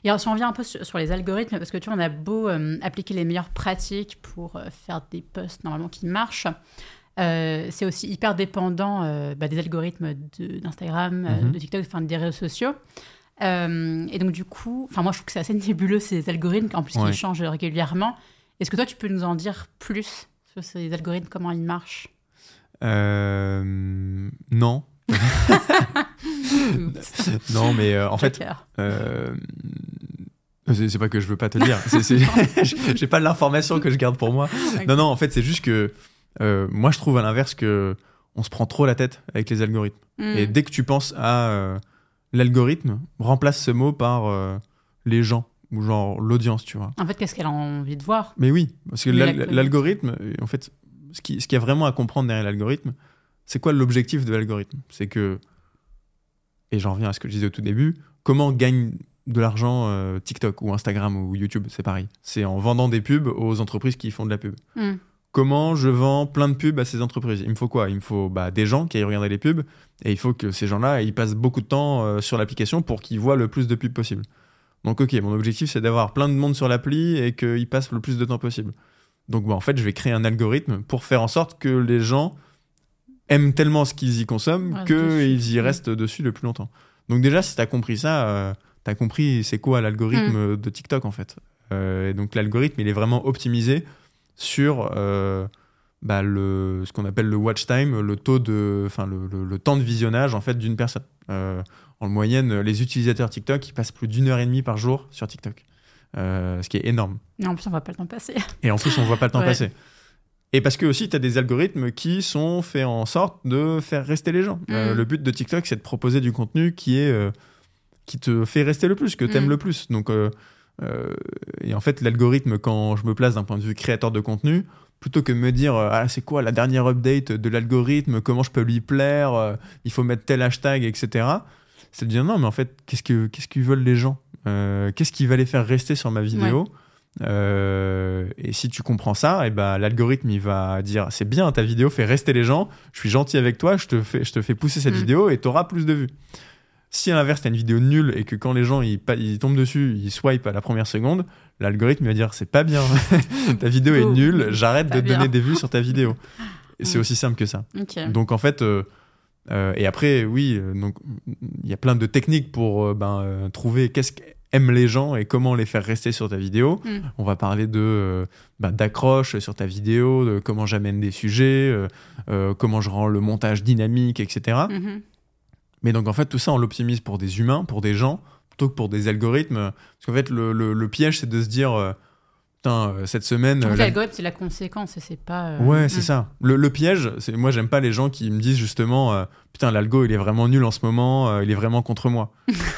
Et alors, si on revient un peu sur les algorithmes, parce que tu vois, on a beau appliquer les meilleures pratiques pour faire des posts normalement qui marchent, c'est aussi hyper dépendant des algorithmes d'Instagram, de TikTok, enfin des réseaux sociaux. Et donc du coup, moi je trouve que c'est assez nébuleux ces algorithmes, en plus qui changent régulièrement. Est-ce que toi tu peux nous en dire plus sur ces algorithmes, comment ils marchent? Non. Non, mais en fait, c'est pas que je veux pas te le dire. J'ai pas l'information que je garde pour moi. Okay. Non, en fait, c'est juste que moi, je trouve à l'inverse que on se prend trop la tête avec les algorithmes. Et dès que tu penses à l'algorithme, remplace ce mot par les gens ou genre l'audience, tu vois. En fait, qu'est-ce qu'elle a envie de voir? Mais oui, parce que l'algorithme, en fait, ce qu'il y a vraiment à comprendre derrière l'algorithme, c'est quoi l'objectif de l'algorithme? C'est que, et j'en reviens à ce que je disais au tout début, comment gagne de l'argent TikTok ou Instagram ou YouTube, c'est pareil. C'est en vendant des pubs aux entreprises qui font de la pub. Comment je vends plein de pubs à ces entreprises? Il me faut quoi? Il me faut des gens qui aillent regarder les pubs, et il faut que ces gens-là, ils passent beaucoup de temps sur l'application pour qu'ils voient le plus de pubs possible. Donc ok, mon objectif c'est d'avoir plein de monde sur l'appli et qu'ils passent le plus de temps possible. Donc en fait, je vais créer un algorithme pour faire en sorte que les gens aiment tellement ce qu'ils y consomment qu'ils y restent dessus le plus longtemps. Donc déjà, si t'as compris ça, t'as compris c'est quoi l'algorithme de TikTok en fait. Et donc l'algorithme, il est vraiment optimisé sur ce qu'on appelle le watch time, le taux le temps de visionnage en fait d'une personne. En moyenne, les utilisateurs TikTok, ils passent plus d'1h30 par jour sur TikTok, ce qui est énorme. Et en plus, on voit pas le temps passer. Passer. Et parce que aussi, tu as des algorithmes qui sont faits en sorte de faire rester les gens. Le but de TikTok, c'est de proposer du contenu qui te fait rester le plus, que tu aimes le plus. Donc, et en fait, l'algorithme, quand je me place d'un point de vue créateur de contenu, plutôt que de me dire c'est quoi la dernière update de l'algorithme, comment je peux lui plaire, il faut mettre tel hashtag, etc., c'est de dire non, mais en fait, qu'est-ce qu'ils veulent les gens, qu'est-ce qui va les faire rester sur ma vidéo. Et si tu comprends ça, l'algorithme il va dire c'est bien, ta vidéo fait rester les gens, je suis gentil avec toi, je te fais pousser cette vidéo et tu auras plus de vues. Si à l'inverse t'as une vidéo nulle et que quand les gens ils tombent dessus, ils swipent à la première seconde, l'algorithme va dire c'est pas bien, ta vidéo est nulle, j'arrête de te donner des vues sur ta vidéo. Et c'est aussi simple que ça. Donc en fait et après donc il y a plein de techniques pour trouver qu'est-ce qu'aiment les gens et comment les faire rester sur ta vidéo. On va parler d'accroche sur ta vidéo, de comment j'amène des sujets, comment je rends le montage dynamique, etc. Mais donc en fait tout ça on l'optimise pour des humains, pour des gens, plutôt que pour des algorithmes. Parce qu'en fait le piège c'est de se dire cette semaine... l'algorithme c'est la conséquence et c'est pas... c'est ça. Le piège, c'est moi j'aime pas les gens qui me disent justement putain l'algo il est vraiment nul en ce moment, il est vraiment contre moi.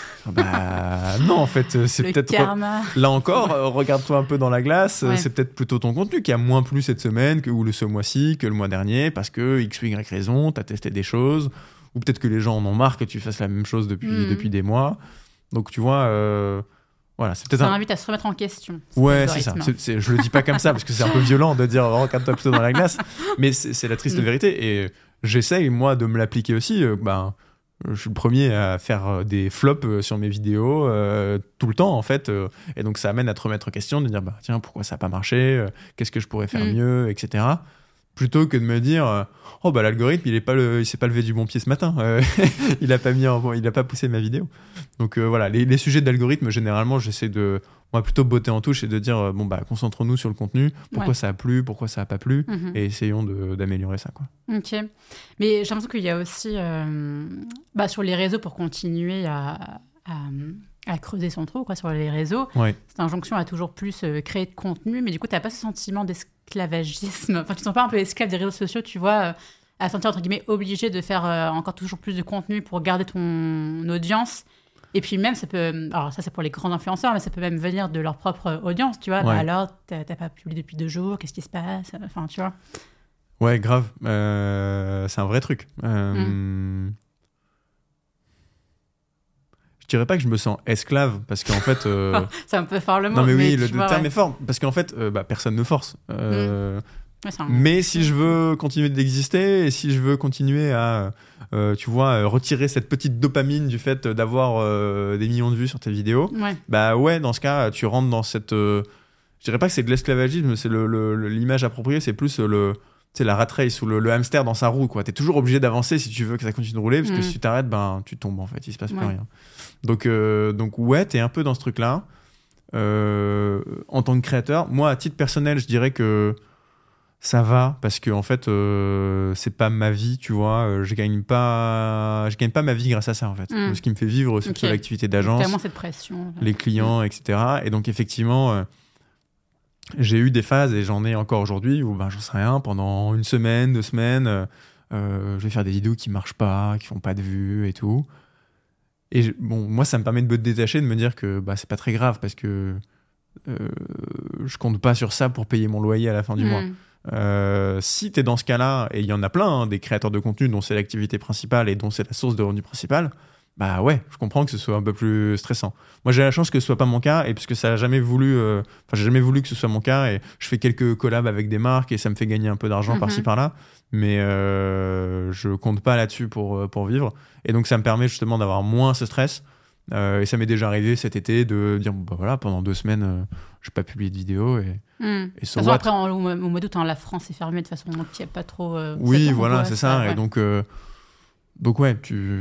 Non en fait c'est peut-être... Karma. Là encore, regarde-toi un peu dans la glace, c'est peut-être plutôt ton contenu qui a moins plu cette semaine ou ce mois-ci que le mois dernier parce que X ou Y raison, t'as testé des choses, ou peut-être que les gens en ont marre que tu fasses la même chose depuis des mois. Donc tu vois... Voilà, c'est peut-être ça invite à se remettre en question. C'est ça. Je le dis pas comme ça parce que c'est un peu violent de dire regarde-toi plutôt dans la glace, mais c'est la triste vérité. Et j'essaye moi de me l'appliquer aussi. Je suis le premier à faire des flops sur mes vidéos tout le temps en fait. Et donc ça amène à te remettre en question, de dire tiens pourquoi ça a pas marché, qu'est-ce que je pourrais faire mieux, etc. Plutôt que de me dire l'algorithme il s'est pas levé du bon pied ce matin, il a pas poussé ma vidéo. Donc voilà, les sujets d'algorithme généralement j'essaie de plutôt botter en touche et de dire concentrons-nous sur le contenu, pourquoi ça a plu, pourquoi ça a pas plu, et essayons d'améliorer ça quoi. Ok, mais j'ai l'impression qu'il y a aussi sur les réseaux pour continuer à creuser son trou sur les réseaux, cette injonction à toujours plus créer de contenu, mais du coup t'as pas ce sentiment d'esclavagisme, enfin tu te sens pas un peu esclave des réseaux sociaux, tu vois, à sentir entre guillemets obligé de faire encore toujours plus de contenu pour garder ton audience. Et puis même ça peut, alors ça c'est pour les grands influenceurs, mais ça peut même venir de leur propre audience, tu vois. Alors t'as pas publié depuis 2 jours, qu'est-ce qui se passe, enfin tu vois. Ouais, grave, c'est un vrai truc. Je dirais pas que je me sens esclave parce qu'en fait c'est un peu fort le mot. Non mais oui, le terme est fort parce qu'en fait personne ne force. Mais si je veux continuer d'exister et si je veux continuer à, tu vois, retirer cette petite dopamine du fait d'avoir des millions de vues sur tes vidéos, bah ouais, dans ce cas, tu rentres dans cette... je dirais pas que c'est de l'esclavagisme, c'est l'image appropriée, c'est plus la rat race ou le hamster dans sa roue, quoi. T'es toujours obligé d'avancer si tu veux que ça continue de rouler, parce que si tu t'arrêtes, ben, tu tombes, en fait, il se passe plus rien. Donc ouais, t'es un peu dans ce truc-là. En tant que créateur, moi, à titre personnel, je dirais que ça va, parce que en fait, c'est pas ma vie, tu vois. Je gagne pas ma vie grâce à ça, en fait. Ce qui me fait vivre, c'est plutôt l'activité d'agence, tellement cette pression, les clients, etc. Et donc, effectivement, j'ai eu des phases, et j'en ai encore aujourd'hui, où ben, j'en sais rien, pendant 1 semaine, 2 semaines, je vais faire des vidéos qui marchent pas, qui font pas de vues et tout. Et bon, moi, ça me permet de me détacher, de me dire que bah, c'est pas très grave, parce que je compte pas sur ça pour payer mon loyer à la fin du mois. Si t'es dans ce cas-là, et il y en a plein, hein, des créateurs de contenu dont c'est l'activité principale et dont c'est la source de revenus principale, bah ouais, je comprends que ce soit un peu plus stressant. Moi, j'ai la chance que ce soit pas mon cas, et puisque ça a jamais voulu, j'ai jamais voulu que ce soit mon cas, et je fais quelques collabs avec des marques, et ça me fait gagner un peu d'argent par-ci par-là, mais je compte pas là-dessus pour vivre, et donc ça me permet justement d'avoir moins ce stress. Et ça m'est déjà arrivé cet été de dire bah voilà, pendant 2 semaines je n'ai pas publié de vidéo et so what. Après au mois d'août, la France est fermée de toute façon, donc il n'y a pas trop oui voilà, c'est ça, et donc ouais,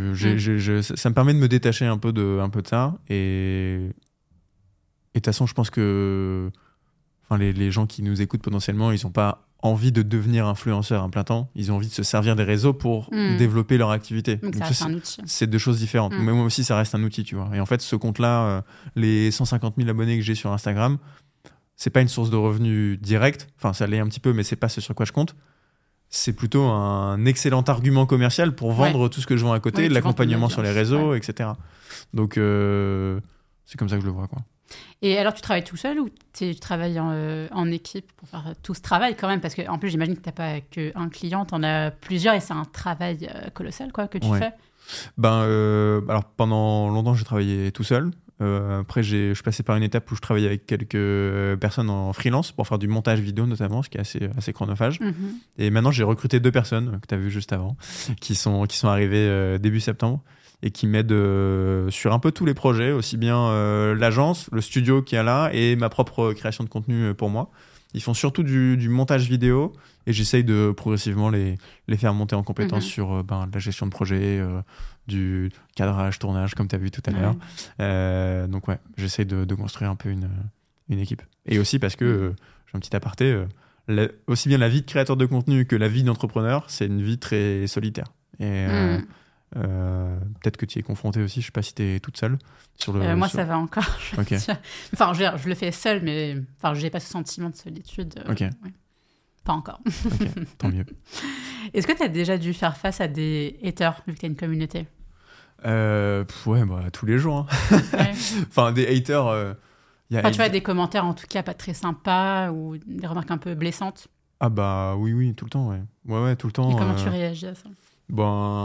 ça me permet de me détacher un peu de ça, et de toute façon je pense que les gens qui nous écoutent potentiellement, ils n'ont pas envie de devenir influenceur à plein temps, ils ont envie de se servir des réseaux pour développer leur activité. Donc ça reste un outil. C'est 2 choses différentes. Mais moi aussi, ça reste un outil, tu vois. Et en fait, ce compte-là, les 150 000 abonnés que j'ai sur Instagram, c'est pas une source de revenus directe. Enfin, ça l'est un petit peu, mais c'est pas ce sur quoi je compte. C'est plutôt un excellent argument commercial pour vendre tout ce que je vends à côté, de l'accompagnement sur les réseaux, etc. Donc, c'est comme ça que je le vois, quoi. Et alors, tu travailles tout seul ou tu travailles en équipe pour faire tout ce travail quand même? Parce qu'en plus, j'imagine que tu n'as pas qu'un client, tu en as plusieurs, et c'est un travail colossal, quoi, que tu fais. Alors, pendant longtemps, j'ai travaillé tout seul. Après, je suis passé par une étape où je travaillais avec quelques personnes en freelance pour faire du montage vidéo notamment, ce qui est assez chronophage. Et maintenant, j'ai recruté 2 personnes que tu as vues juste avant, qui sont arrivées début septembre, et qui m'aident sur un peu tous les projets, aussi bien l'agence, le studio qu'il y a là, et ma propre création de contenu pour moi. Ils font surtout du montage vidéo, et j'essaye de progressivement les faire monter en compétences sur la gestion de projet, du cadrage, tournage, comme tu as vu tout à l'heure. Donc ouais, j'essaye de construire un peu une équipe. Et aussi parce que, j'ai un petit aparté, aussi bien la vie de créateur de contenu que la vie d'entrepreneur, c'est une vie très solitaire. Et peut-être que tu y es confrontée aussi, je sais pas si tu es toute seule sur le moi ça va encore. Okay. Enfin je le fais seule, mais j'ai pas ce sentiment de solitude. Pas encore. Tant mieux. Est-ce que tu as déjà dû faire face à des haters vu que tu as une communauté? Ouais, tous les jours, hein. Des haters, tu vois, des commentaires en tout cas pas très sympas, ou des remarques un peu blessantes? Ah bah oui, tout le temps, ouais, tout le temps. Et comment tu réagis à ça? Je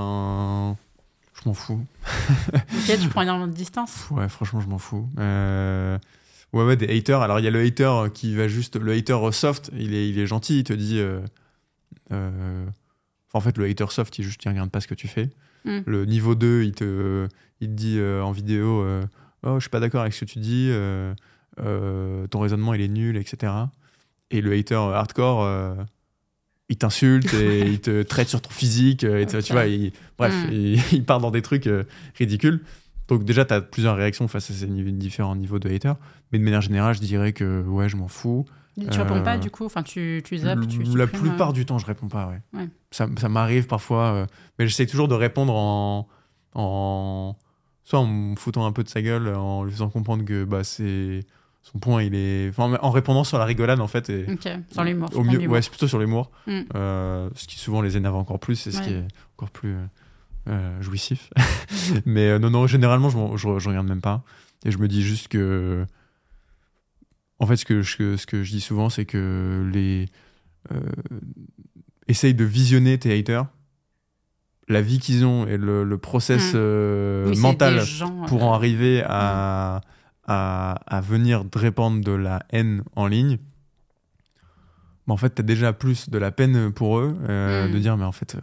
m'en fous. Ok, tu prends énormément de distance? Ouais, franchement, je m'en fous. Ouais, des haters. Alors, il y a le hater qui va juste... Le hater soft, il est gentil, il te dit... en fait, le hater soft, il regarde pas ce que tu fais. Le niveau 2, il te dit en vidéo oh, je suis pas d'accord avec ce que tu dis, ton raisonnement, il est nul, etc. Et le hater hardcore... il t'insulte et il te traite sur ton physique, et tu vois, il part dans des trucs ridicules. Donc déjà, tu as plusieurs réactions face à ces différents niveaux de haters, mais de manière générale, je dirais que ouais, je m'en fous. Tu réponds pas du coup, enfin tu zappes, tu supprimes, la plupart du temps, je réponds pas, ouais. Ça m'arrive parfois, mais j'essaie toujours de répondre soit en me foutant un peu de sa gueule, en lui faisant comprendre que c'est... Son point, il est... en répondant sur la rigolade, en fait. Sur l'humour. Au mieux, ouais, c'est plutôt sur l'humour. Ce qui souvent les énerve encore plus, c'est ce qui est encore plus jouissif. Mais non, généralement, je regarde même pas. Et je me dis juste que... En fait, ce que je dis souvent, c'est que essaye de visionner tes haters, la vie qu'ils ont et le process mental pour en arriver à venir te répandre de la haine en ligne. en fait, t'as déjà plus de la peine pour eux de dire, mais en fait,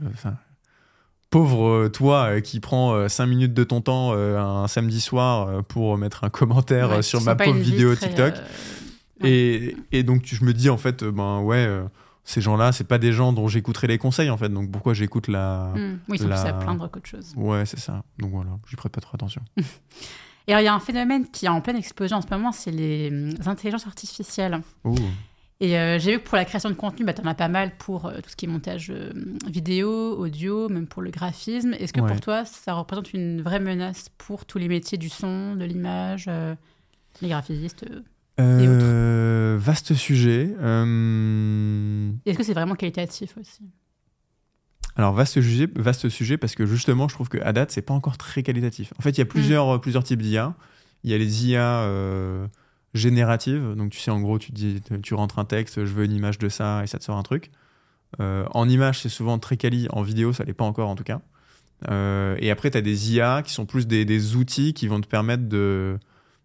pauvre toi qui prend 5 minutes de ton temps un samedi soir pour mettre un commentaire sur ma pauvre vidéo TikTok. Et donc, je me dis, en fait, ces gens-là, c'est pas des gens dont j'écouterai les conseils, en fait. Donc, pourquoi j'écoute la... Oui, ils sont plus à plaindre qu'autre chose. Ouais, c'est ça. Donc, voilà, j'y prête pas trop attention. Et alors, il y a un phénomène qui est en pleine explosion en ce moment, c'est les intelligences artificielles. Ouh. Et j'ai vu que pour la création de contenu, t'en as pas mal pour tout ce qui est montage vidéo, audio, même pour le graphisme. Est-ce que pour toi, ça représente une vraie menace pour tous les métiers du son, de l'image, les graphistes et autres? Vaste sujet. Est-ce que c'est vraiment qualitatif aussi? Alors, vaste sujet, parce que justement, je trouve qu'à date, c'est pas encore très qualitatif. En fait, il y a plusieurs types d'IA. Il y a les IA génératives. Donc, tu sais, en gros, tu rentres un texte, je veux une image de ça, et ça te sort un truc. En image, c'est souvent très quali. En vidéo, ça l'est pas encore, en tout cas. Et après, tu as des IA qui sont plus des outils qui vont te permettre de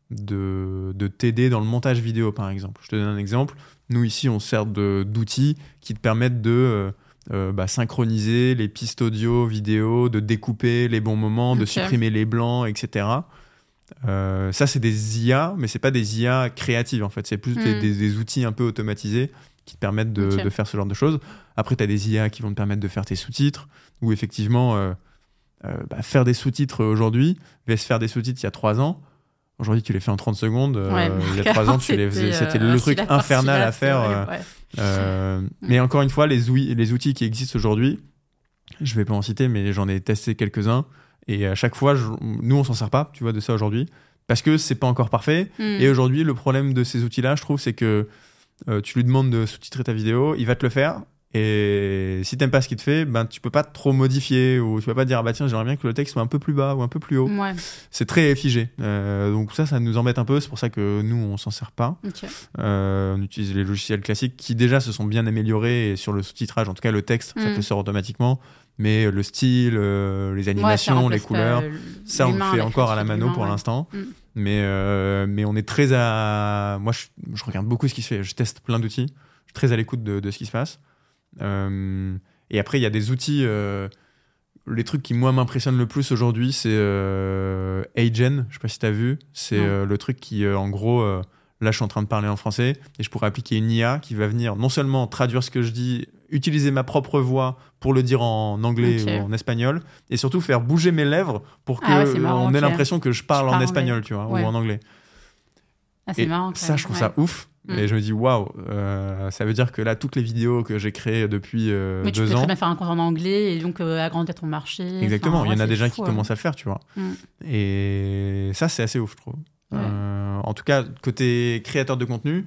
t'aider dans le montage vidéo, par exemple. Je te donne un exemple. Nous, ici, on sert d'outils qui te permettent de synchroniser les pistes audio, vidéo, de découper les bons moments, de supprimer les blancs, etc. Ça, c'est des IA, mais c'est pas des IA créatives, en fait. C'est plus des outils un peu automatisés qui te permettent de faire ce genre de choses. Après, tu as des IA qui vont te permettre de faire tes sous-titres, ou effectivement, faire des sous-titres aujourd'hui, versus faire des sous-titres il y a 3 ans. Aujourd'hui, tu les fais en 30 secondes. Il y a 3 ans, c'était le truc infernal à faire. Mais encore une fois, les outils qui existent aujourd'hui, je vais pas en citer, mais j'en ai testé quelques-uns. Et à chaque fois, nous, on s'en sert pas, tu vois, de ça aujourd'hui. Parce que c'est pas encore parfait. Et aujourd'hui, le problème de ces outils-là, je trouve, c'est que tu lui demandes de sous-titrer ta vidéo, il va te le faire. Et si t'aimes pas ce qu'il te fait, tu peux pas trop modifier, ou tu peux pas dire tiens, j'aimerais bien que le texte soit un peu plus bas ou un peu plus haut. C'est très figé. Donc ça nous embête un peu. C'est pour ça que nous, on s'en sert pas. On utilise les logiciels classiques qui déjà se sont bien améliorés, et sur le sous-titrage, en tout cas le texte, ça te sort automatiquement. Mais le style, les animations, les couleurs, ça on le fait encore à la mano pour l'instant. Mais on est très moi je regarde beaucoup ce qui se fait. Je teste plein d'outils. Je suis très à l'écoute de ce qui se passe. Et après il y a des outils, les trucs qui moi m'impressionnent le plus aujourd'hui, c'est Agen, je sais pas si t'as vu, c'est le truc qui en gros là je suis en train de parler en français et je pourrais appliquer une IA qui va venir non seulement traduire ce que je dis, utiliser ma propre voix pour le dire en anglais ou en espagnol, et surtout faire bouger mes lèvres pour que on ait l'impression que je parle en espagnol, tu vois, ou en anglais. C'est marrant, ça je trouve ça ouf. Et je me dis, waouh, ça veut dire que là, toutes les vidéos que j'ai créées depuis 2 ans... Mais tu peux très bien faire un compte en anglais et donc agrandir ton marché. Exactement, il y en a des gens qui commencent à le faire, tu vois. Et ça, c'est assez ouf, je trouve. En tout cas, côté créateur de contenu,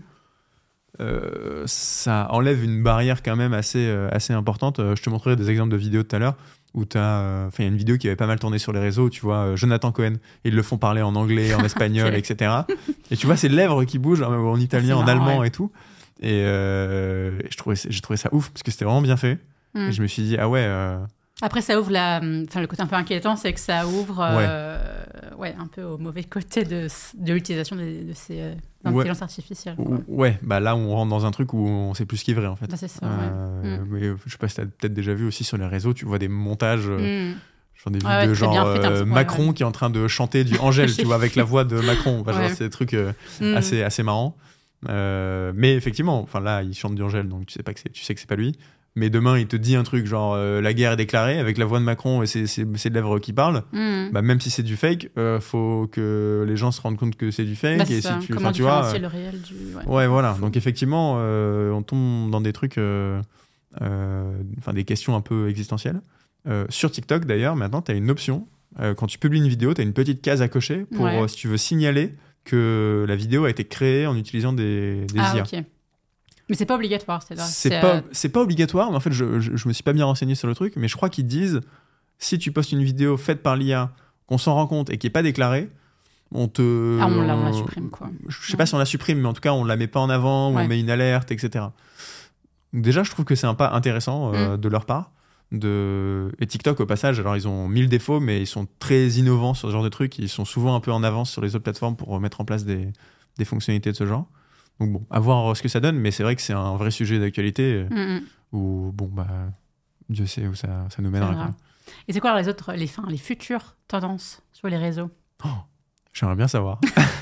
ça enlève une barrière quand même assez importante. Je te montrerai des exemples de vidéos tout à l'heure où il y a une vidéo qui avait pas mal tourné sur les réseaux, tu vois, Jonathan Cohen, ils le font parler en anglais, en espagnol, etc. Et tu vois ses lèvres qui bougent en italien, en allemand et tout. Et j'ai trouvé ça ouf parce que c'était vraiment bien fait. Et je me suis dit, ah ouais... Après, ça ouvre le côté un peu inquiétant, c'est que ça ouvre un peu au mauvais côté de l'utilisation de ces intelligences artificielles. Ouais, là, on rentre dans un truc où on sait plus ce qui est vrai, en fait. C'est ça, mais je sais pas si t'as peut-être déjà vu aussi sur les réseaux, tu vois des montages... J'en ai vu de genre Macron qui est en train de chanter du Angèle, tu vois, avec la voix de Macron. Genre, c'est des trucs assez marrants. Mais effectivement, là, il chante du Angèle, donc tu sais que c'est pas lui. Mais demain, il te dit un truc genre la guerre est déclarée avec la voix de Macron et ses lèvres qui parlent. Même si c'est du fake, faut que les gens se rendent compte que c'est du fake. Et ça. Si tu, comment différencier le réel du... voilà. Donc effectivement, on tombe dans des trucs, des questions un peu existentielles. Sur TikTok, d'ailleurs, maintenant, tu as une option. Quand tu publies une vidéo, tu as une petite case à cocher pour, si tu veux signaler que la vidéo a été créée en utilisant des IA. Ok. Mais c'est pas obligatoire, c'est pas obligatoire, mais en fait, je me suis pas bien renseigné sur le truc, mais je crois qu'ils disent, si tu postes une vidéo faite par l'IA, qu'on s'en rend compte et qui est pas déclarée, on la supprime, quoi. Je sais pas si on la supprime, mais en tout cas, on la met pas en avant, ou on met une alerte, etc. Donc déjà, je trouve que c'est un pas intéressant de leur part. Et TikTok, au passage, alors ils ont 1000 défauts, mais ils sont très innovants sur ce genre de trucs. Ils sont souvent un peu en avance sur les autres plateformes pour mettre en place des fonctionnalités de ce genre. Donc bon, à voir ce que ça donne, mais c'est vrai que c'est un vrai sujet d'actualité où, bon, bah, Dieu sait où ça nous mènera. Quoi. Et c'est quoi les futures tendances sur les réseaux? J'aimerais bien savoir.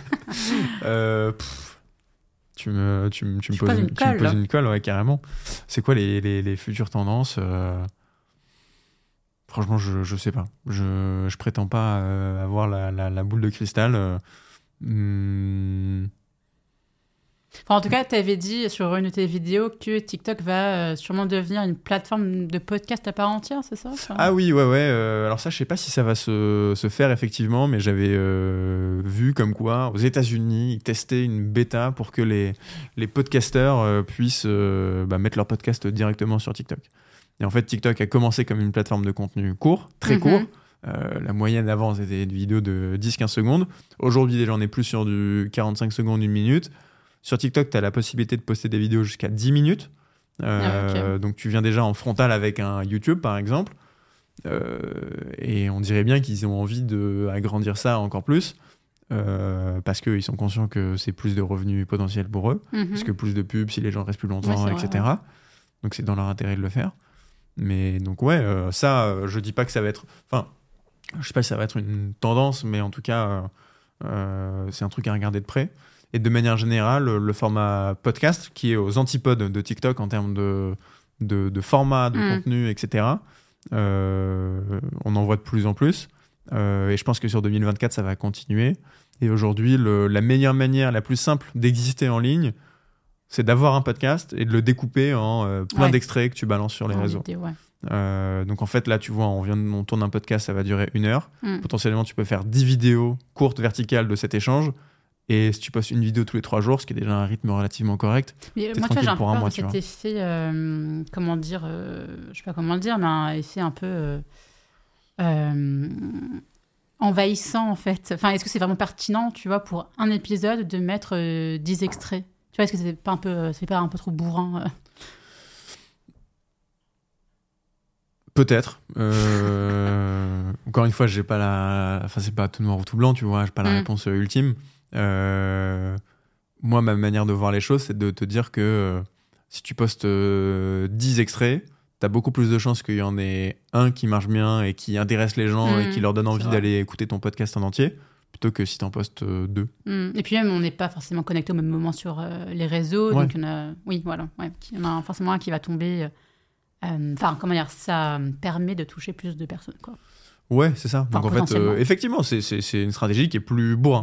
Tu me poses une colle, ouais, carrément. C'est quoi les futures tendances? Franchement, je sais pas. Je prétends pas avoir la boule de cristal. Enfin, en tout cas, tu avais dit sur une de tes vidéos que TikTok va sûrement devenir une plateforme de podcast à part entière, c'est ça? Ah oui, ouais. Alors ça, je sais pas si ça va se faire effectivement, mais j'avais vu comme quoi aux États-Unis, ils testaient une bêta pour que les podcasteurs puissent mettre leur podcast directement sur TikTok. Et en fait, TikTok a commencé comme une plateforme de contenu court, très court. La moyenne avant, c'était des vidéos de 10-15 secondes. Aujourd'hui, déjà, on est plus sur du 45 secondes, 1 minute. Sur TikTok, tu as la possibilité de poster des vidéos jusqu'à 10 minutes. Okay. Donc, tu viens déjà en frontal avec un YouTube, par exemple. Et on dirait bien qu'ils ont envie d'agrandir ça encore plus. Parce qu'ils sont conscients que c'est plus de revenus potentiels pour eux. Parce que plus de pubs, si les gens restent plus longtemps, etc. Vrai, ouais. Donc, c'est dans leur intérêt de le faire. Mais donc, ça, je dis pas que ça va être... Enfin, je sais pas si ça va être une tendance, mais en tout cas, c'est un truc à regarder de près. Et de manière générale, le format podcast, qui est aux antipodes de TikTok en termes de format, de contenu, etc., on en voit de plus en plus. Et je pense que sur 2024, ça va continuer. Et aujourd'hui, la meilleure manière, la plus simple d'exister en ligne, c'est d'avoir un podcast et de le découper en plein d'extraits que tu balances sur les réseaux. Vidéo, donc en fait, là, tu vois, on tourne un podcast, ça va durer 1 heure. Potentiellement, tu peux faire 10 vidéos courtes, verticales de cet échange. Et si tu postes une vidéo tous les 3 jours, ce qui est déjà un rythme relativement correct, mais moi, tu vois, j'ai un peu peur de cet effet, comment dire, je sais pas comment le dire, mais un effet un peu envahissant, en fait. Enfin, est-ce que c'est vraiment pertinent, tu vois, pour un épisode de mettre 10 extraits? Tu vois, est-ce que c'est pas un peu trop bourrin Peut-être. Encore une fois, j'ai pas enfin, c'est pas tout noir ou tout blanc, tu vois, j'ai pas la réponse ultime. Moi, ma manière de voir les choses, c'est de te dire que si tu postes 10 extraits, t'as beaucoup plus de chances qu'il y en ait un qui marche bien et qui intéresse les gens et qui leur donne envie d'aller écouter ton podcast en entier, plutôt que si t'en postes 2. Et puis même, on n'est pas forcément connecté au même moment sur les réseaux, donc il y en a... Oui, voilà. Il y en a forcément un qui va tomber... Enfin, comment dire, ça permet de toucher plus de personnes, quoi. Ouais, c'est ça. Donc en fait, effectivement, c'est une stratégie qui est plus bourrin.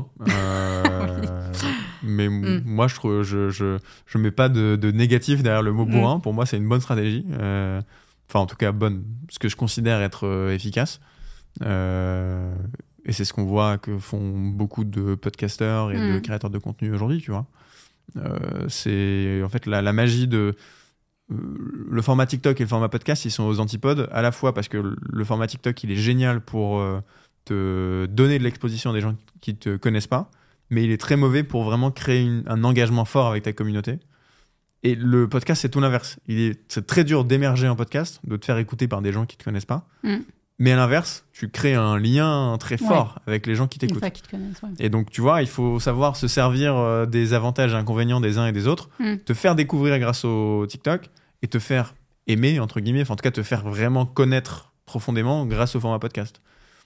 Mais moi, je mets pas de négatif derrière le mot bourrin. Pour moi, c'est une bonne stratégie. Enfin, en tout cas, bonne. Ce que je considère être efficace. Et c'est ce qu'on voit que font beaucoup de podcasteurs et de créateurs de contenu aujourd'hui, tu vois. C'est en fait la magie de... Le format TikTok et le format podcast, ils sont aux antipodes, à la fois parce que le format TikTok, il est génial pour te donner de l'exposition à des gens qui te connaissent pas, mais il est très mauvais pour vraiment créer un engagement fort avec ta communauté. Et le podcast, c'est tout l'inverse. C'est très dur d'émerger en podcast, de te faire écouter par des gens qui te connaissent pas. Mais à l'inverse, tu crées un lien très fort avec les gens qui t'écoutent. Qui te connaissent, Et donc, tu vois, il faut savoir se servir des avantages et inconvénients des uns et des autres, te faire découvrir grâce au TikTok et te faire aimer, entre guillemets, enfin, en tout cas, te faire vraiment connaître profondément grâce au format podcast.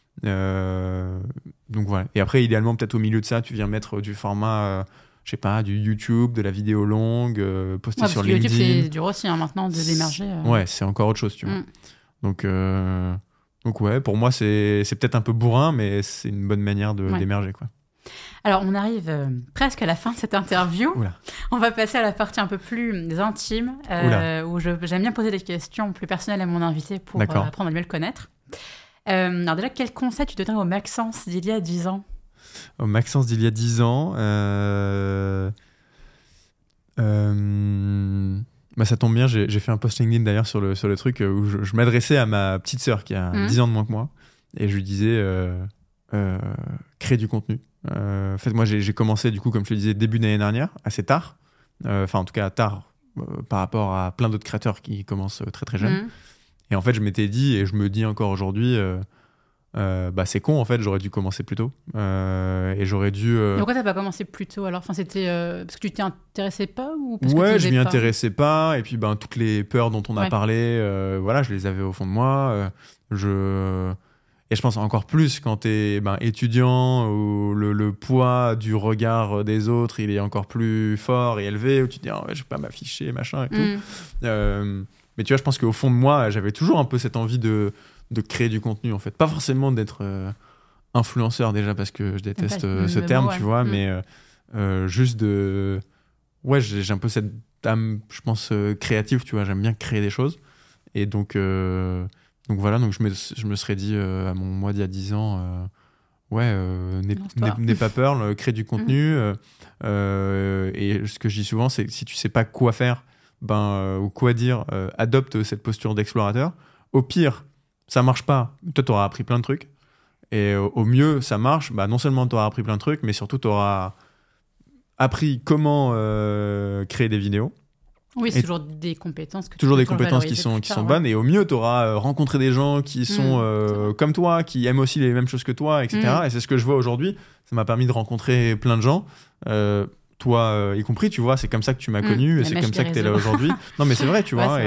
Donc voilà. Et après, idéalement, peut-être au milieu de ça, tu viens mettre du format, je sais pas, du YouTube, de la vidéo longue, poster sur LinkedIn. YouTube, c'est dur aussi maintenant d'émerger. Ouais, c'est encore autre chose, tu vois. Donc ouais, pour moi, c'est peut-être un peu bourrin, mais c'est une bonne manière d'émerger, quoi. Alors, on arrive presque à la fin de cette interview. Oula. On va passer à la partie un peu plus intime, où j'aime bien poser des questions plus personnelles à mon invité pour apprendre à mieux le connaître. Alors déjà, quel conseil tu donnerais au Maxence d'il y a 10 ans? Au Maxence d'il y a 10 ans ça tombe bien, j'ai fait un post LinkedIn d'ailleurs sur le truc où je m'adressais à ma petite sœur qui a 10 ans de moins que moi, et je lui disais crée du contenu. En fait, moi j'ai commencé, du coup, comme je te disais, début d'année dernière, assez tard, enfin en tout cas tard par rapport à plein d'autres créateurs qui commencent très très jeunes. Et en fait, je m'étais dit, et je me dis encore aujourd'hui, c'est con en fait, j'aurais dû commencer plus tôt et j'aurais dû Et pourquoi t'as pas commencé plus tôt alors? Enfin, c'était parce que tu t'y intéressais pas ou parce ouais, que je m'y intéressais pas et puis toutes les peurs dont on a parlé, voilà, je les avais au fond de moi. Et je pense encore plus quand t'es étudiant où le poids du regard des autres il est encore plus fort et élevé, où tu te dis je vais pas m'afficher machin et tout. Mais tu vois, je pense qu'au fond de moi j'avais toujours un peu cette envie de créer du contenu en fait, pas forcément d'être influenceur déjà parce que je déteste ce terme, tu vois, mais juste j'ai un peu cette âme, je pense, créative, tu vois, j'aime bien créer des choses et donc voilà, donc je me serais dit à mon moi d'il y a 10 ans n'aie pas peur, crée du contenu et ce que je dis souvent c'est que si tu sais pas quoi faire ou quoi dire, adopte cette posture d'explorateur. Au pire ça marche pas, toi t'auras appris plein de trucs et au mieux ça marche, non seulement t'auras appris plein de trucs mais surtout t'auras appris comment créer des vidéos. Oui, c'est toujours des compétences qui sont bonnes et au mieux t'auras rencontré des gens qui sont comme toi, qui aiment aussi les mêmes choses que toi, etc. Et c'est ce que je vois aujourd'hui, ça m'a permis de rencontrer plein de gens, toi y compris, tu vois, c'est comme ça que tu m'as connu et c'est comme ça que t'es là aujourd'hui. Non mais c'est vrai, tu vois,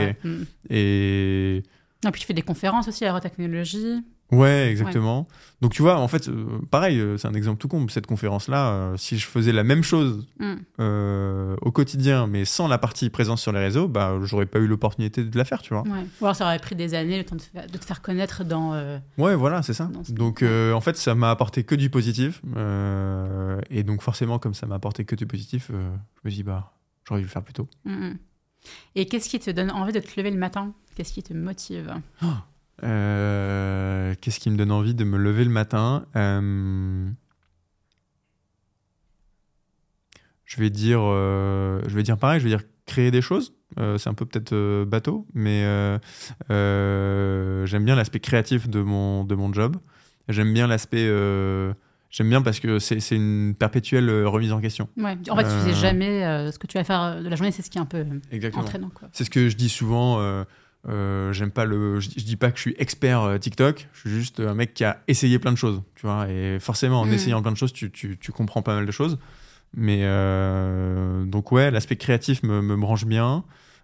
et puis tu fais des conférences aussi à Eurotechnologie. Ouais, exactement. Ouais. Donc tu vois, en fait, pareil, c'est un exemple tout con. Cette conférence-là, si je faisais la même chose au quotidien, mais sans la partie présence sur les réseaux, j'aurais pas eu l'opportunité de la faire, tu vois. Ouais. Ou alors ça aurait pris des années, le temps de te faire connaître dans... Ouais, voilà, c'est ça. Donc en fait, ça m'a apporté que du positif. Et donc forcément, comme ça m'a apporté que du positif, je me dis, j'aurais dû le faire plus tôt. Et qu'est-ce qui te donne envie de te lever le matin? Qu'est-ce qui te motive? Qu'est-ce qui me donne envie de me lever le matin? Je vais dire pareil, je vais dire créer des choses. C'est un peu peut-être bateau, mais j'aime bien l'aspect créatif de mon job. J'aime bien l'aspect... J'aime bien parce que c'est une perpétuelle remise en question. Ouais. En fait, tu sais jamais ce que tu vas faire de la journée, c'est ce qui est un peu entraînant, quoi. C'est ce que je dis souvent. J'aime pas je dis pas que je suis expert TikTok, je suis juste un mec qui a essayé plein de choses, tu vois, et forcément en essayant plein de choses tu comprends pas mal de choses, mais donc ouais, l'aspect créatif me branche bien.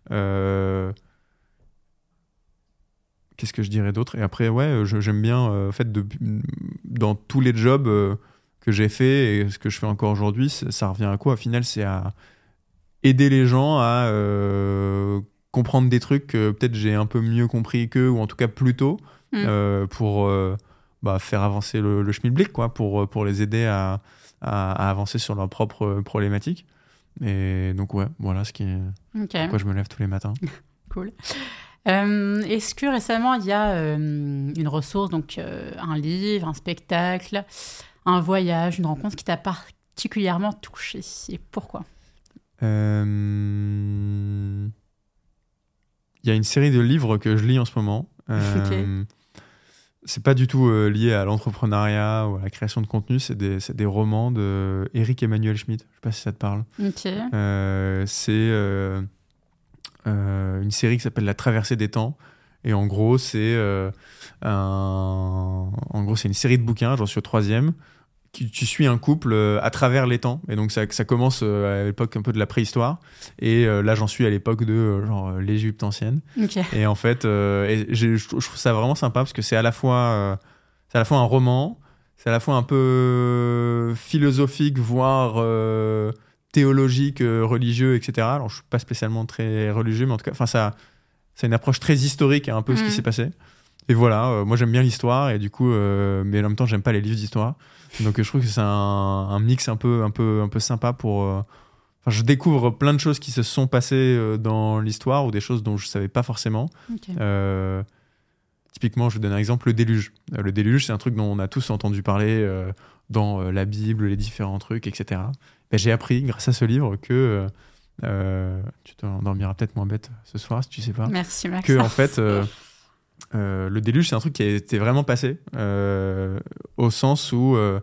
Qu'est-ce que je dirais d'autre? Et après j'aime bien en fait dans tous les jobs que j'ai fait et ce que je fais encore aujourd'hui, ça revient à quoi au final? C'est à aider les gens à comprendre des trucs que peut-être j'ai un peu mieux compris qu'eux, ou en tout cas plus tôt, pour faire avancer le schmilblick, quoi, pour les aider à avancer sur leurs propres problématiques. Et donc voilà pourquoi je me lève tous les matins. Cool. Est-ce que récemment il y a une ressource, donc un livre, un spectacle, un voyage, une rencontre qui t'a particulièrement touché, et pourquoi? Il y a une série de livres que je lis en ce moment. C'est pas du tout lié à l'entrepreneuriat ou à la création de contenu, c'est des romans de Eric Emmanuel Schmitt. Je sais pas si ça te parle. C'est une série qui s'appelle La Traversée des temps. Et en gros, c'est une série de bouquins, j'en suis au 3e. Tu suis un couple à travers les temps, et donc ça commence à l'époque un peu de la préhistoire, et là j'en suis à l'époque de l'Égypte ancienne. Et en fait je trouve ça vraiment sympa parce que c'est à la fois un roman, c'est à la fois un peu philosophique, voire théologique, religieux, etc. Alors je suis pas spécialement très religieux, mais en tout cas ça c'est une approche très historique à un peu ce qui s'est passé. Et voilà, moi j'aime bien l'histoire, et du coup mais en même temps j'aime pas les livres d'histoire. Donc je trouve que c'est un mix un peu sympa pour... je découvre plein de choses qui se sont passées dans l'histoire, ou des choses dont je savais pas forcément. Typiquement, je vous donne un exemple, le déluge. Le déluge, c'est un truc dont on a tous entendu parler dans la Bible, les différents trucs, etc. J'ai appris, grâce à ce livre, que... tu t'endormiras peut-être moins bête ce soir, si tu sais pas. Merci, Max. Que, en fait... le déluge, c'est un truc qui a été vraiment passé, au sens où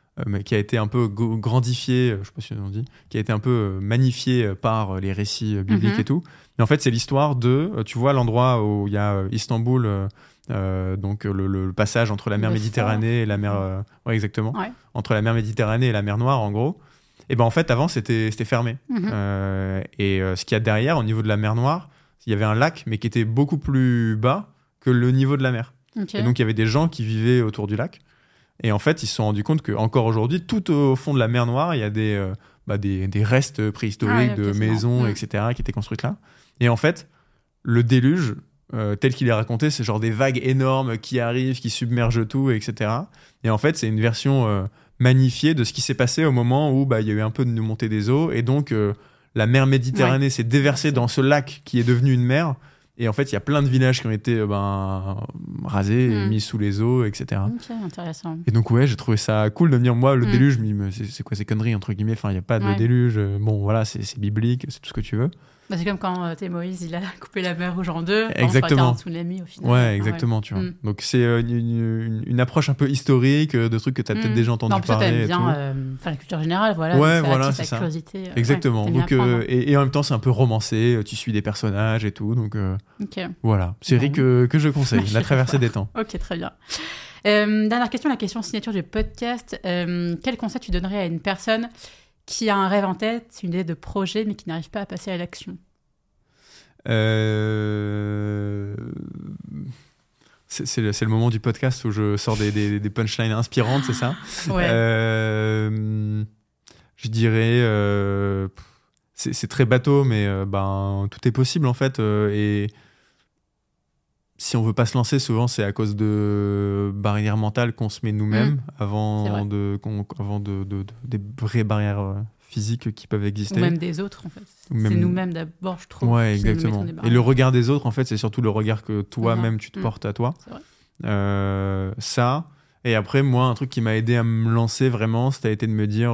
mais qui a été un peu grandifié, je sais pas si on dit, qui a été un peu magnifié par les récits bibliques et tout. Mais en fait, c'est l'histoire de, tu vois, l'endroit où il y a Istanbul, donc le passage entre la mer Méditerranée et la mer, ouais, exactement, entre la mer Méditerranée et la mer Noire, en gros. Et ben en fait, avant, c'était fermé. Ce qu'il y a derrière, au niveau de la mer Noire, il y avait un lac, mais qui était beaucoup plus bas que le niveau de la mer. Et donc, il y avait des gens qui vivaient autour du lac. Et en fait, ils se sont rendus compte qu'encore aujourd'hui, tout au fond de la mer Noire, il y a des restes préhistoriques de maisons, etc., qui étaient construites là. Et en fait, le déluge, tel qu'il est raconté, c'est genre des vagues énormes qui arrivent, qui submergent tout, etc. Et en fait, c'est une version magnifiée de ce qui s'est passé au moment où il y a eu un peu de montée des eaux. Et donc, la mer Méditerranée s'est déversée dans ce lac qui est devenu une mer. Et en fait, il y a plein de villages qui ont été rasés, et mis sous les eaux, etc. Ok, intéressant. Et donc, ouais, j'ai trouvé ça cool de me dire, moi, le déluge, c'est quoi ces conneries, entre guillemets. Enfin, il n'y a pas de déluge. Bon, voilà, c'est biblique, c'est tout ce que tu veux. C'est comme quand Moïse, il a coupé la mer rouge en deux. Exactement. Un tsunami, au final. Ouais, exactement, tu vois. Donc, c'est une approche un peu historique de trucs que tu as peut-être déjà entendu parler. Bien, la culture générale, voilà. Ouais, voilà, c'est ça. Curiosité. Exactement. Donc, et en même temps, c'est un peu romancé. Tu suis des personnages et tout. Donc, voilà. Série que je conseille. La traversée des temps. Ok, très bien. Dernière question, la question signature du podcast. Quel conseil tu donnerais à une personne qui a un rêve en tête, une idée de projet, mais qui n'arrive pas à passer à l'action? C'est le moment du podcast où je sors des punchlines inspirantes, c'est ça? Ouais. Je dirais... c'est très bateau, mais tout est possible, en fait. Et si on veut pas se lancer, souvent, c'est à cause de barrières mentales qu'on se met nous-mêmes avant des vraies barrières physiques qui peuvent exister. Ou même des autres, en fait. C'est nous-mêmes d'abord, je trouve. Ouais, exactement. Et le regard des autres, en fait, c'est surtout le regard que toi-même, tu te portes à toi. C'est vrai. Ça. Et après, moi, un truc qui m'a aidé à me lancer vraiment, ça a été de me dire...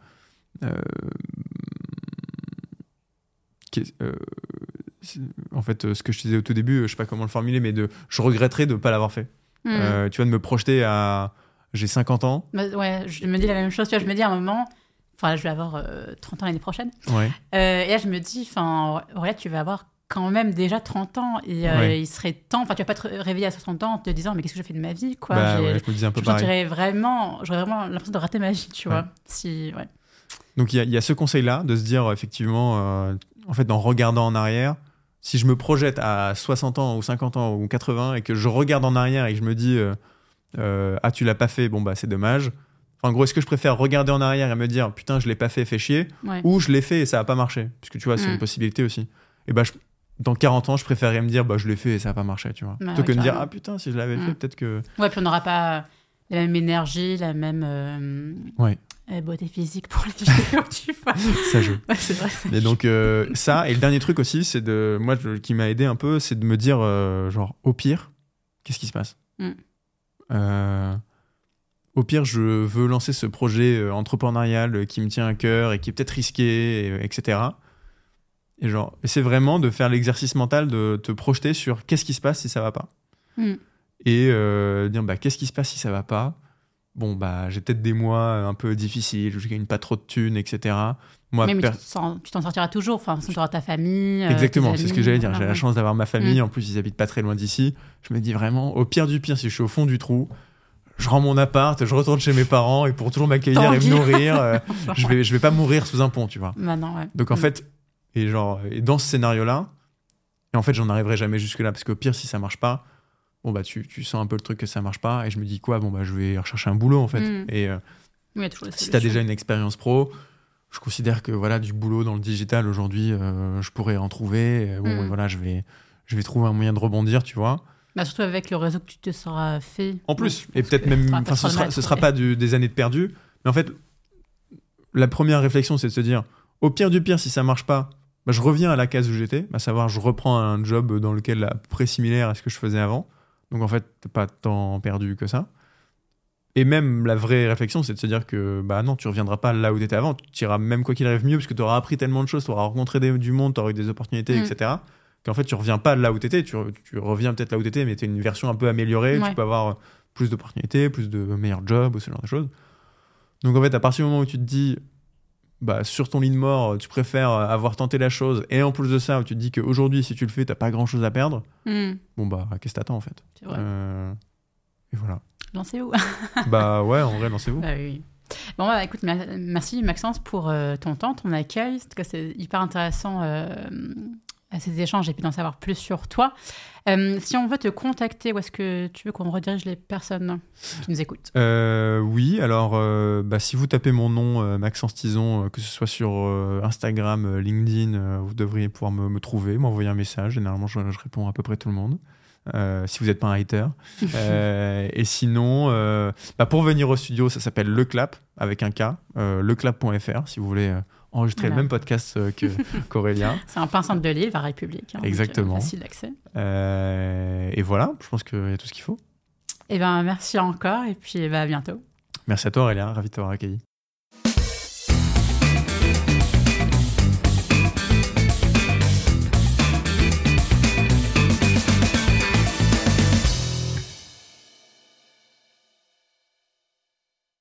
en fait, ce que je disais au tout début, je sais pas comment le formuler, mais je regretterais de ne pas l'avoir fait. Tu vois, de me projeter à... J'ai 50 ans. Ouais, je me dis la même chose. Tu vois, je me dis à un moment... Enfin, je vais avoir 30 ans l'année prochaine. Ouais. Et là, je me dis, voilà, tu vas avoir quand même déjà 30 ans. Et il serait temps... Enfin, tu vas pas te réveiller à 60 ans en te disant, mais qu'est-ce que je fais de ma vie, quoi. Je me disais un peu pareil. J'aurais vraiment l'impression de rater ma vie, tu vois. Donc, il y a ce conseil-là, de se dire, effectivement, en fait, en regardant en arrière, si je me projette à 60 ans ou 50 ans ou 80 et que je regarde en arrière et que je me dis tu l'as pas fait, bon c'est dommage. Enfin, en gros, est-ce que je préfère regarder en arrière et me dire putain, je l'ai pas fait chier, ou je l'ai fait et ça a pas marché, puisque tu vois, c'est une possibilité aussi. Et dans 40 ans, je préférerais me dire je l'ai fait et ça a pas marché, tu vois, plutôt que de me dire putain, si je l'avais fait, peut-être que... Ouais, puis on n'aura pas la même énergie, la même beauté physique pour les vidéos, tu vois. Ça joue. Ouais, c'est vrai. Et donc, ça, et le dernier truc aussi, c'est qui m'a aidé un peu, c'est de me dire, genre, au pire, qu'est-ce qui se passe? Au pire, je veux lancer ce projet entrepreneurial qui me tient à cœur et qui est peut-être risqué, etc. Et genre, c'est vraiment de faire l'exercice mental de te projeter sur qu'est-ce qui se passe si ça va pas. Et dire, qu'est-ce qui se passe si ça va pas? Bon, j'ai peut-être des mois un peu difficiles où je gagne pas trop de thunes, etc. Moi, mais tu t'en sortiras toujours. Enfin, tu auras ta famille. Exactement, c'est ce que j'allais dire. J'ai la chance d'avoir ma famille. En plus, ils habitent pas très loin d'ici. Je me dis vraiment, au pire du pire, si je suis au fond du trou, je rends mon appart, je retourne chez mes parents et pour toujours m'accueillir et me nourrir, je vais pas mourir sous un pont, tu vois. Non, ouais. Donc en fait, et dans ce scénario-là, et en fait, j'en arriverai jamais jusque-là parce qu'au pire, si ça marche pas, tu sens un peu le truc que ça marche pas et je me dis quoi, je vais rechercher un boulot en fait. Et si t'as déjà une expérience pro, je considère que voilà, du boulot dans le digital aujourd'hui, je pourrais en trouver. Voilà, je vais trouver un moyen de rebondir, tu vois. Surtout avec le réseau que tu te seras fait. En plus, et peut-être même, ce sera pas des années de perdu, mais en fait, la première réflexion, c'est de se dire, au pire du pire, si ça marche pas, je reviens à la case où j'étais, à savoir, je reprends un job dans lequel à peu près similaire à ce que je faisais avant. Donc en fait, t'as pas tant perdu que ça. Et même la vraie réflexion, c'est de se dire que non, tu reviendras pas là où t'étais avant, tu iras même quoi qu'il arrive mieux, parce que t'auras appris tellement de choses, t'auras rencontré du monde, t'auras eu des opportunités, etc. Qu'en fait, tu reviens pas là où t'étais, tu reviens peut-être là où t'étais, mais t'es une version un peu améliorée, tu peux avoir plus d'opportunités, plus de meilleurs jobs, ou ce genre de choses. Donc en fait, à partir du moment où tu te dis, sur ton lit de mort, tu préfères avoir tenté la chose, et en plus de ça, où tu te dis qu'aujourd'hui, si tu le fais, t'as pas grand-chose à perdre, qu'est-ce que t'attends en fait? C'est vrai. Et voilà. Lancez-vous. Ouais, en vrai, lancez-vous. Oui. Bon, écoute, merci Maxence pour ton temps, ton accueil. En tout cas, c'est hyper intéressant ces échanges et puis d'en savoir plus sur toi. Si on veut te contacter, où est-ce que tu veux qu'on redirige les personnes qui nous écoutent? Oui, alors si vous tapez mon nom, Maxence Tison, que ce soit sur Instagram, LinkedIn, vous devriez pouvoir me trouver, m'envoyer un message. Généralement, je réponds à peu près tout le monde. Si vous n'êtes pas un hater. Et sinon, pour venir au studio, ça s'appelle Le Clap, avec un K, leclap.fr, si vous voulez enregistrer le même podcast qu'Aurélien. C'est un pain centre de Lille, à République. Exactement. Facile d'accès. Et voilà, je pense qu'il y a tout ce qu'il faut. Merci encore, et puis à bientôt. Merci à toi Aurélien, ravi de t'avoir accueilli.